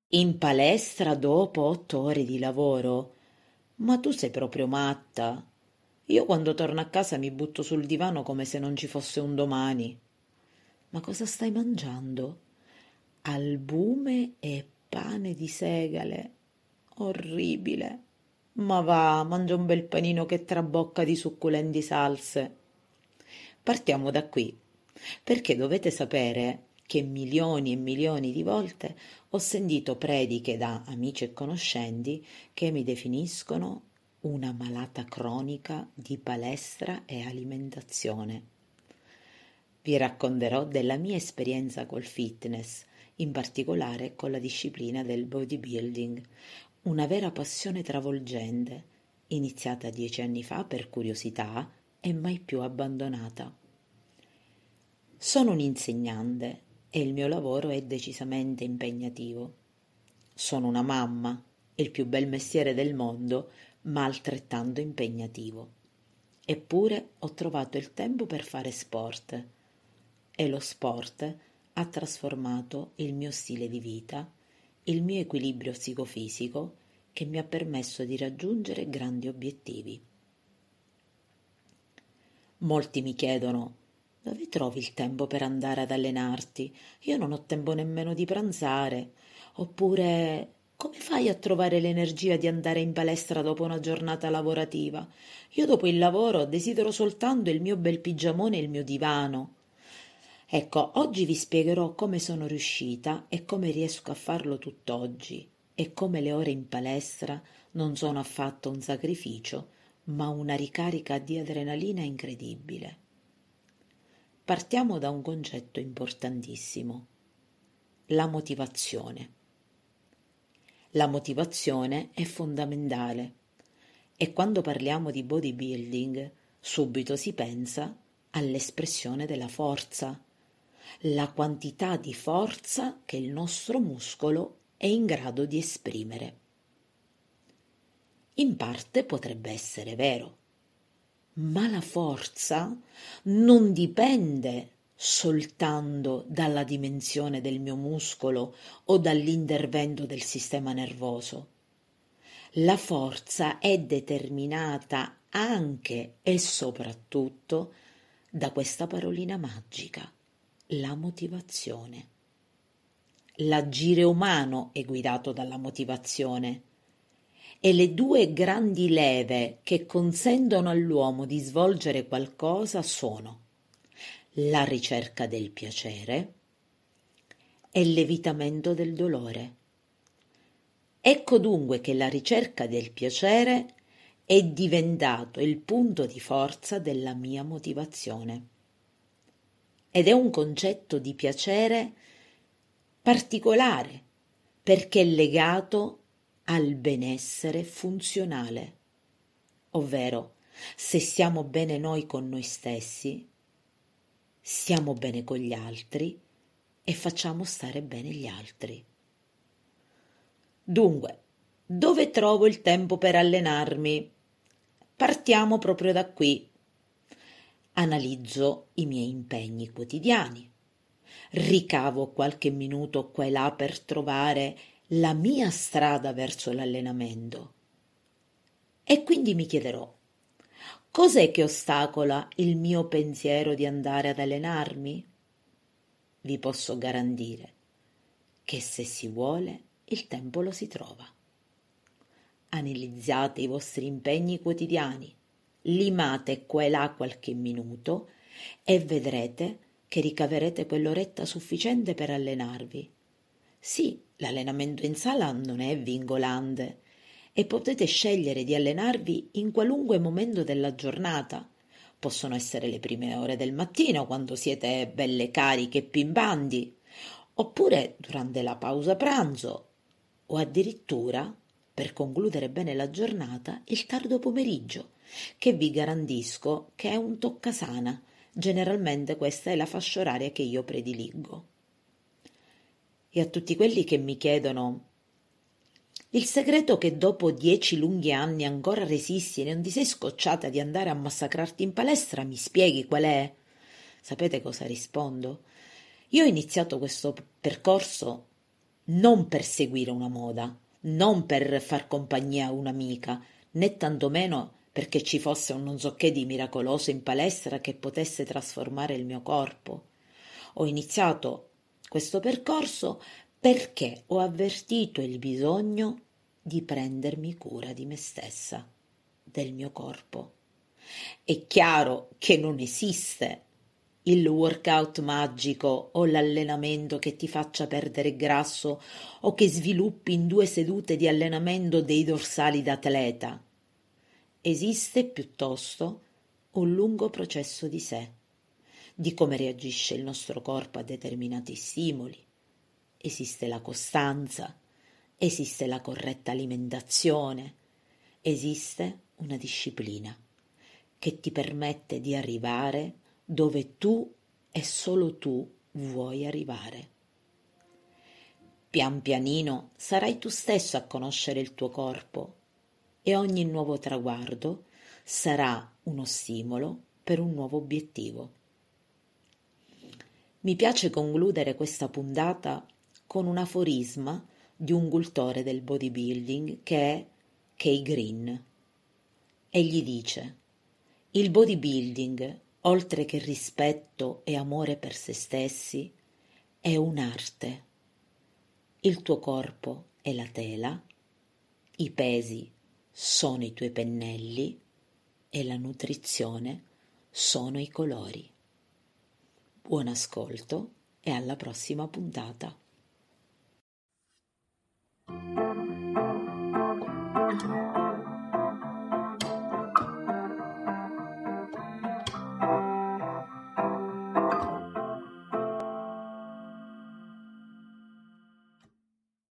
In palestra dopo 8 ore di lavoro? Ma tu sei proprio matta. Io quando torno a casa mi butto sul divano come se non ci fosse un domani. Ma cosa stai mangiando? Albume e pane di segale. Orribile. Ma va, mangia un bel panino che trabocca di succulenti salse. Partiamo da qui, perché dovete sapere che milioni e milioni di volte ho sentito prediche da amici e conoscenti che mi definiscono una malata cronica di palestra e alimentazione. Vi racconterò della mia esperienza col fitness, in particolare con la disciplina del bodybuilding, una vera passione travolgente, iniziata 10 anni fa per curiosità e mai più abbandonata. Sono un insegnante e il mio lavoro è decisamente impegnativo. Sono una mamma, il più bel mestiere del mondo, ma altrettanto impegnativo. Eppure ho trovato il tempo per fare sport e lo sport ha trasformato il mio stile di vita, il mio equilibrio psicofisico che mi ha permesso di raggiungere grandi obiettivi. Molti mi chiedono: dove trovi il tempo per andare ad allenarti? Io non ho tempo nemmeno di pranzare. Oppure, come fai a trovare l'energia di andare in palestra dopo una giornata lavorativa? Io dopo il lavoro desidero soltanto il mio bel pigiamone e il mio divano. Ecco, oggi vi spiegherò come sono riuscita e come riesco a farlo tutt'oggi e come le ore in palestra non sono affatto un sacrificio, ma una ricarica di adrenalina incredibile. Partiamo da un concetto importantissimo: la motivazione. La motivazione è fondamentale e quando parliamo di bodybuilding subito si pensa all'espressione della forza, la quantità di forza che il nostro muscolo è in grado di esprimere. In parte potrebbe essere vero, ma la forza non dipende soltanto dalla dimensione del mio muscolo o dall'intervento del sistema nervoso. La forza è determinata anche e soprattutto da questa parolina magica, la motivazione. L'agire umano è guidato dalla motivazione e le due grandi leve che consentono all'uomo di svolgere qualcosa sono la ricerca del piacere e l'evitamento del dolore. Ecco dunque che la ricerca del piacere è diventato il punto di forza della mia motivazione. Ed è un concetto di piacere particolare perché è legato al benessere funzionale, ovvero se stiamo bene noi con noi stessi, stiamo bene con gli altri e facciamo stare bene gli altri. Dunque, dove trovo il tempo per allenarmi? Partiamo proprio da qui. Analizzo i miei impegni quotidiani, ricavo qualche minuto qua e là per trovare la mia strada verso l'allenamento. E quindi mi chiederò: cos'è che ostacola il mio pensiero di andare ad allenarmi? Vi posso garantire che se si vuole il tempo lo si trova. Analizzate i vostri impegni quotidiani, limate qua e là qualche minuto e vedrete che ricaverete quell'oretta sufficiente per allenarvi. Sì, l'allenamento in sala non è vincolante e potete scegliere di allenarvi in qualunque momento della giornata. Possono essere le prime ore del mattino, quando siete belle cariche e pimpanti, oppure durante la pausa pranzo, o addirittura, per concludere bene la giornata, il tardo pomeriggio, che vi garantisco che è un toccasana. Generalmente questa è la fascia oraria che io prediligo. E a tutti quelli che mi chiedono: il segreto che dopo 10 lunghi anni ancora resisti e non ti sei scocciata di andare a massacrarti in palestra, mi spieghi qual è? Sapete cosa rispondo? Io ho iniziato questo percorso non per seguire una moda, non per far compagnia a un'amica, né tantomeno perché ci fosse un non so che di miracoloso in palestra che potesse trasformare il mio corpo. Ho iniziato questo percorso perché ho avvertito il bisogno di prendermi cura di me stessa, del mio corpo. È chiaro che non esiste il workout magico o l'allenamento che ti faccia perdere grasso o che sviluppi in 2 sedute di allenamento dei dorsali d'atleta. Esiste piuttosto un lungo processo di sé, di come reagisce il nostro corpo a determinati stimoli. Esiste la costanza, esiste la corretta alimentazione, esiste una disciplina che ti permette di arrivare dove tu e solo tu vuoi arrivare. Pian pianino sarai tu stesso a conoscere il tuo corpo e ogni nuovo traguardo sarà uno stimolo per un nuovo obiettivo. Mi piace concludere questa puntata con un aforisma di un cultore del bodybuilding che è Kay Green. Egli dice: il bodybuilding, oltre che rispetto e amore per se stessi, è un'arte. Il tuo corpo è la tela, i pesi sono i tuoi pennelli e la nutrizione sono i colori. Buon ascolto e alla prossima puntata.